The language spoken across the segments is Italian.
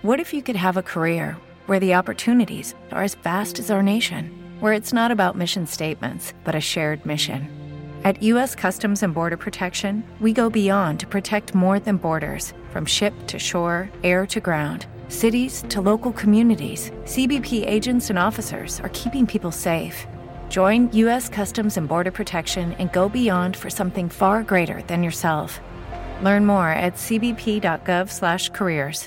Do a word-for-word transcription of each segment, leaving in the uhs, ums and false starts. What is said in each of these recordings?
What if you could have a career where the opportunities are as vast as our nation, where it's not about mission statements, but a shared mission? At U S Customs and Border Protection, we go beyond to protect more than borders. From ship to shore, air to ground, cities to local communities, C B P agents and officers are keeping people safe. Join U S Customs and Border Protection and go beyond for something far greater than yourself. Learn more at c b p dot gov slash careers.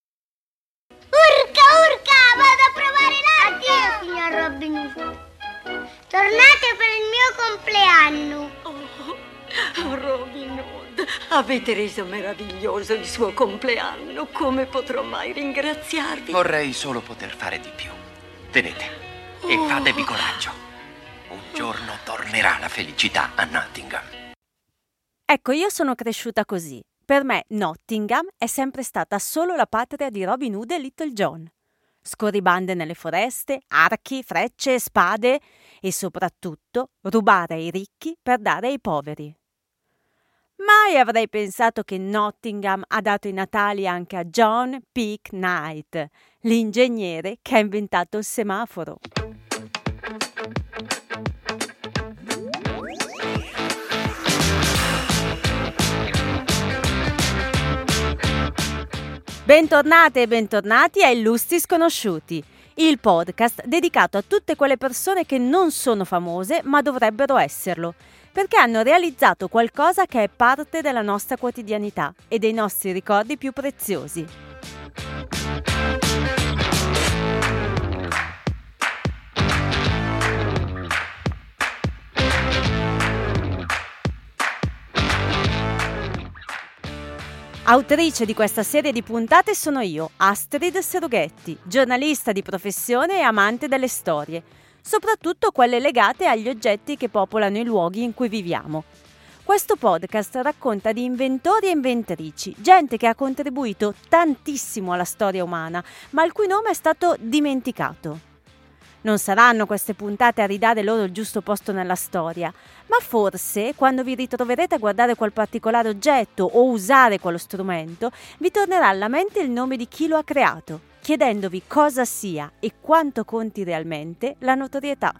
Urca, urca, vado a provare l'acqua! Addio, signor Robin Hood. Tornate per il mio compleanno. Oh, Robin Hood, avete reso meraviglioso il suo compleanno. Come potrò mai ringraziarvi? Vorrei solo poter fare di più. Tenete e Oh. fatevi coraggio. Un giorno tornerà la felicità a Nottingham. Ecco, io sono cresciuta così. Per me Nottingham è sempre stata solo la patria di Robin Hood e Little John. Scorribande nelle foreste, archi, frecce, spade e soprattutto rubare ai ricchi per dare ai poveri. Mai avrei pensato che Nottingham ha dato i natali anche a John Peake Knight, l'ingegnere che ha inventato il semaforo. Bentornate e bentornati a Illustri Sconosciuti, il podcast dedicato a tutte quelle persone che non sono famose ma dovrebbero esserlo, perché hanno realizzato qualcosa che è parte della nostra quotidianità e dei nostri ricordi più preziosi. Autrice di questa serie di puntate sono io, Astrid Serughetti, giornalista di professione e amante delle storie, soprattutto quelle legate agli oggetti che popolano i luoghi in cui viviamo. Questo podcast racconta di inventori e inventrici, gente che ha contribuito tantissimo alla storia umana, ma il cui nome è stato dimenticato. Non saranno queste puntate a ridare loro il giusto posto nella storia, ma forse, quando vi ritroverete a guardare quel particolare oggetto o usare quello strumento, vi tornerà alla mente il nome di chi lo ha creato, chiedendovi cosa sia e quanto conti realmente la notorietà.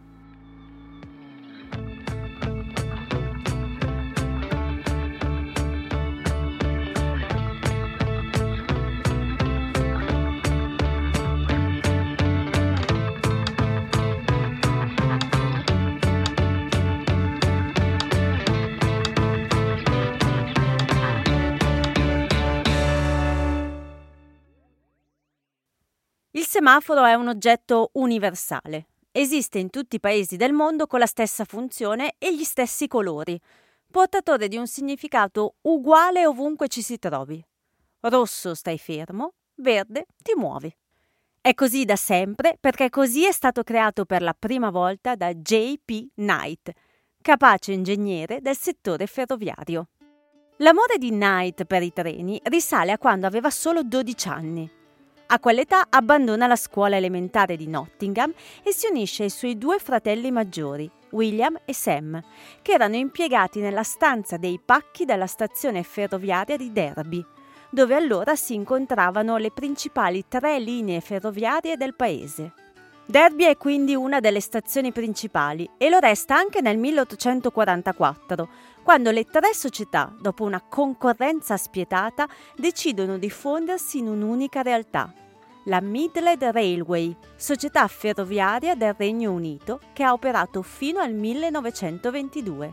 Il semaforo è un oggetto universale. Esiste in tutti i paesi del mondo con la stessa funzione e gli stessi colori, portatore di un significato uguale ovunque ci si trovi. Rosso stai fermo, verde ti muovi. È così da sempre perché così è stato creato per la prima volta da J P Knight, capace ingegnere del settore ferroviario. L'amore di Knight per i treni risale a quando aveva solo dodici anni. A quell'età abbandona la scuola elementare di Nottingham e si unisce ai suoi due fratelli maggiori, William e Sam, che erano impiegati nella stanza dei pacchi della stazione ferroviaria di Derby, dove allora si incontravano le principali tre linee ferroviarie del paese. Derby è quindi una delle stazioni principali e lo resta anche nel milleottocentoquarantaquattro, quando le tre società, dopo una concorrenza spietata, decidono di fondersi in un'unica realtà, la Midland Railway, società ferroviaria del Regno Unito che ha operato fino al millenovecentoventidue.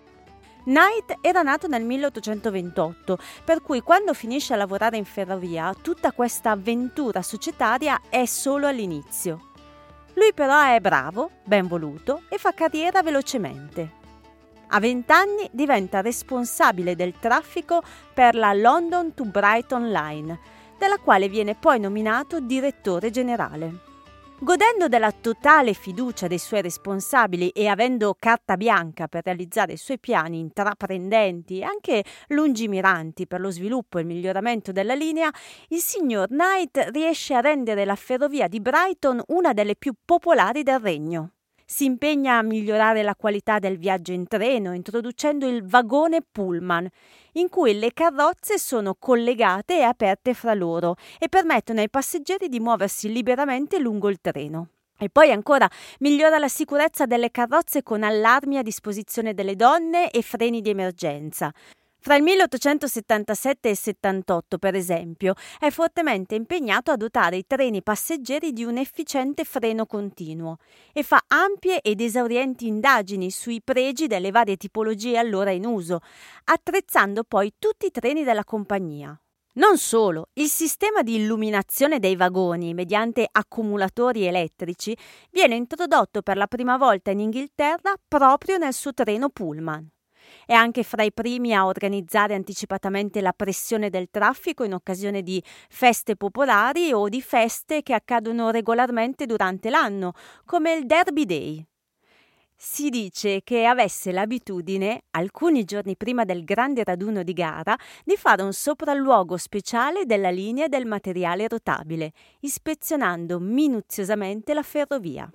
Knight era nato nel milleottocentoventotto, per cui quando finisce a lavorare in ferrovia, tutta questa avventura societaria è solo all'inizio. Lui però è bravo, ben voluto e fa carriera velocemente. A vent'anni diventa responsabile del traffico per la London to Brighton Line, della quale viene poi nominato direttore generale. Godendo della totale fiducia dei suoi responsabili e avendo carta bianca per realizzare i suoi piani intraprendenti e anche lungimiranti per lo sviluppo e il miglioramento della linea, il signor Knight riesce a rendere la ferrovia di Brighton una delle più popolari del regno. Si impegna a migliorare la qualità del viaggio in treno, introducendo il vagone pullman, in cui le carrozze sono collegate e aperte fra loro e permettono ai passeggeri di muoversi liberamente lungo il treno. E poi ancora migliora la sicurezza delle carrozze con allarmi a disposizione delle donne e freni di emergenza. Fra il milleottocentosettantasette e il settantotto, per esempio, è fortemente impegnato a dotare i treni passeggeri di un efficiente freno continuo e fa ampie ed esaurienti indagini sui pregi delle varie tipologie allora in uso, attrezzando poi tutti i treni della compagnia. Non solo, il sistema di illuminazione dei vagoni mediante accumulatori elettrici viene introdotto per la prima volta in Inghilterra proprio nel suo treno pullman. È anche fra i primi a organizzare anticipatamente la pressione del traffico in occasione di feste popolari o di feste che accadono regolarmente durante l'anno, come il Derby Day. Si dice che avesse l'abitudine, alcuni giorni prima del grande raduno di gara, di fare un sopralluogo speciale della linea e del materiale rotabile, ispezionando minuziosamente la ferrovia.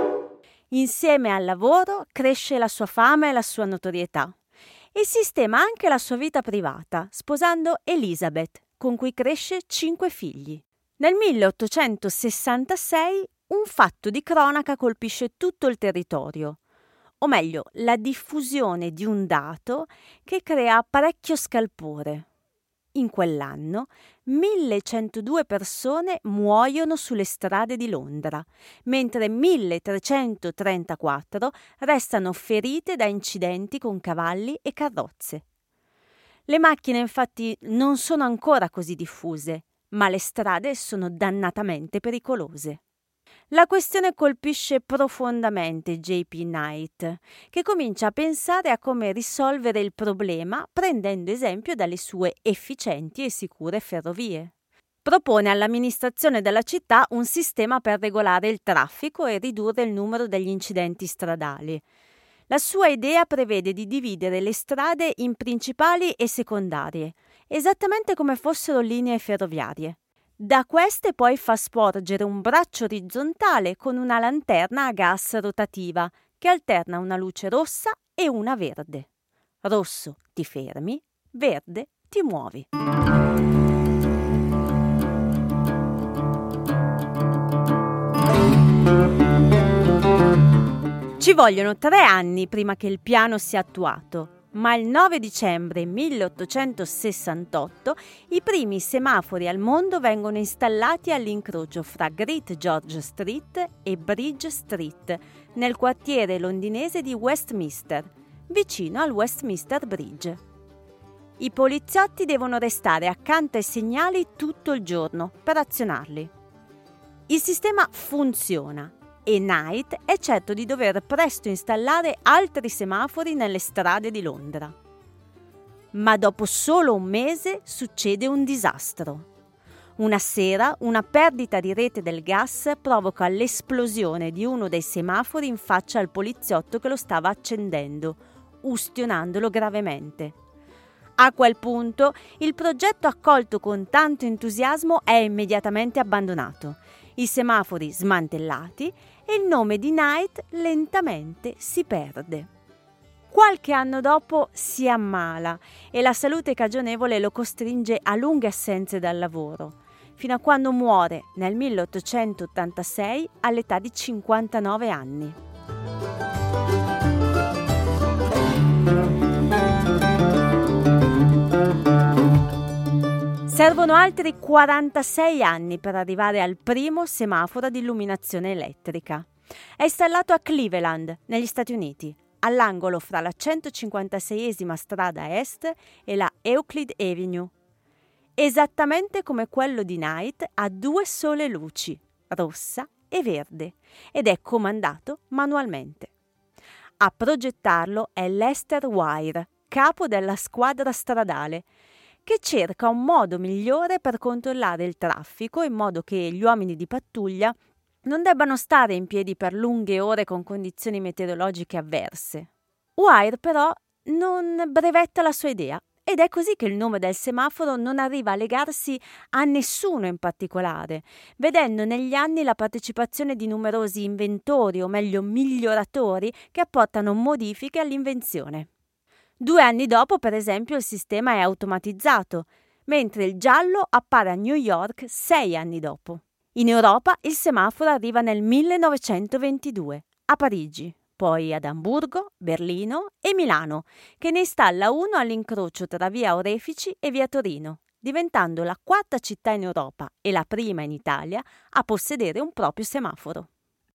Insieme al lavoro cresce la sua fama e la sua notorietà. E sistema anche la sua vita privata, sposando Elizabeth, con cui cresce cinque figli. Nel milleottocentosessantasei un fatto di cronaca colpisce tutto il territorio, o meglio, la diffusione di un dato che crea parecchio scalpore. In quell'anno millecentodue persone muoiono sulle strade di Londra, mentre milletrecentotrentaquattro restano ferite da incidenti con cavalli e carrozze. Le macchine infatti non sono ancora così diffuse, ma le strade sono dannatamente pericolose. La questione colpisce profondamente J P Knight, che comincia a pensare a come risolvere il problema prendendo esempio dalle sue efficienti e sicure ferrovie. Propone all'amministrazione della città un sistema per regolare il traffico e ridurre il numero degli incidenti stradali. La sua idea prevede di dividere le strade in principali e secondarie, esattamente come fossero linee ferroviarie. Da queste poi fa sporgere un braccio orizzontale con una lanterna a gas rotativa che alterna una luce rossa e una verde. Rosso ti fermi, verde ti muovi. Ci vogliono tre anni prima che il piano sia attuato, ma il nove dicembre milleottocentosessantotto i primi semafori al mondo vengono installati all'incrocio fra Great George Street e Bridge Street, nel quartiere londinese di Westminster, vicino al Westminster Bridge. I poliziotti devono restare accanto ai segnali tutto il giorno per azionarli. Il sistema funziona e Knight è certo di dover presto installare altri semafori nelle strade di Londra. Ma dopo solo un mese succede un disastro. Una sera una perdita di rete del gas provoca l'esplosione di uno dei semafori in faccia al poliziotto che lo stava accendendo, ustionandolo gravemente. A quel punto il progetto accolto con tanto entusiasmo è immediatamente abbandonato, i semafori smantellati e il nome di Knight lentamente si perde. Qualche anno dopo si ammala e la salute cagionevole lo costringe a lunghe assenze dal lavoro, fino a quando muore nel milleottocentottantasei all'età di cinquantanove anni. Servono altri quarantasei anni per arrivare al primo semaforo di illuminazione elettrica. È installato a Cleveland, negli Stati Uniti, all'angolo fra la centocinquantaseiesima strada est e la Euclid Avenue. Esattamente come quello di Knight, ha due sole luci, rossa e verde, ed è comandato manualmente. A progettarlo è Lester Wire, capo della squadra stradale, che cerca un modo migliore per controllare il traffico in modo che gli uomini di pattuglia non debbano stare in piedi per lunghe ore con condizioni meteorologiche avverse. Wire però non brevetta la sua idea Ed è così che il nome del semaforo non arriva a legarsi a nessuno in particolare, vedendo negli anni la partecipazione di numerosi inventori, o meglio miglioratori, che apportano modifiche all'invenzione. Due anni dopo, per esempio, il sistema è automatizzato, mentre il giallo appare a New York sei anni dopo. In Europa il semaforo arriva nel millenovecentoventidue, a Parigi, poi ad Amburgo, Berlino e Milano, che ne installa uno all'incrocio tra via Orefici e via Torino, diventando la quarta città in Europa e la prima in Italia a possedere un proprio semaforo.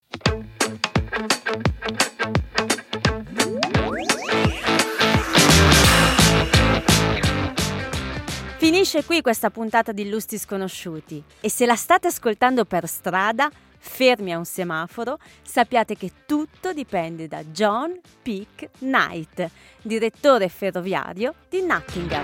Finisce qui questa puntata di Illustri Sconosciuti e se la state ascoltando per strada, fermi a un semaforo, sappiate che tutto dipende da John Peake Knight, direttore ferroviario di Nottingham.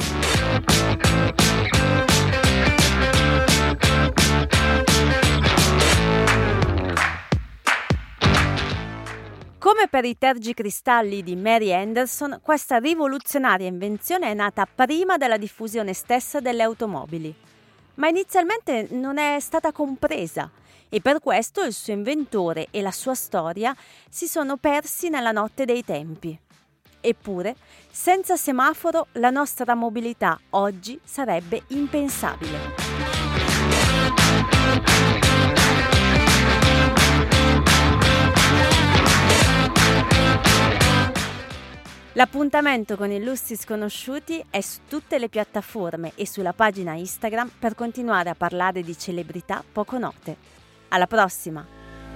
Come per i tergicristalli di Mary Anderson, questa rivoluzionaria invenzione è nata prima della diffusione stessa delle automobili, ma inizialmente non è stata compresa e per questo il suo inventore e la sua storia si sono persi nella notte dei tempi. Eppure, senza semaforo la nostra mobilità oggi sarebbe impensabile. L'appuntamento con Illustri Sconosciuti è su tutte le piattaforme e sulla pagina Instagram per continuare a parlare di celebrità poco note. Alla prossima!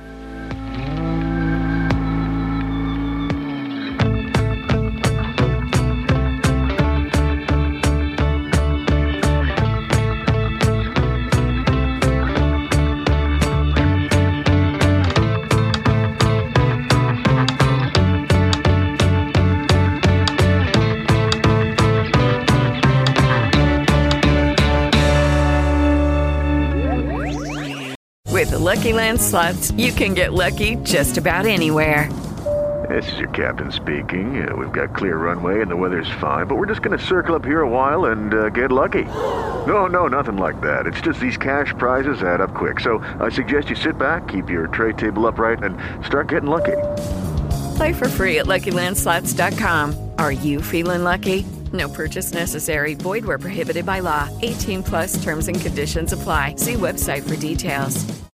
With the Lucky Land Slots, you can get lucky just about anywhere. This is your captain speaking. Uh, we've got clear runway and the weather's fine, but we're just going to circle up here a while and uh, get lucky. No, no, nothing like that. It's just these cash prizes add up quick. So I suggest you sit back, keep your tray table upright, and start getting lucky. Play for free at Lucky Land Slots dot com. Are you feeling lucky? No purchase necessary. Void where prohibited by law. eighteen plus terms and conditions apply. See website for details.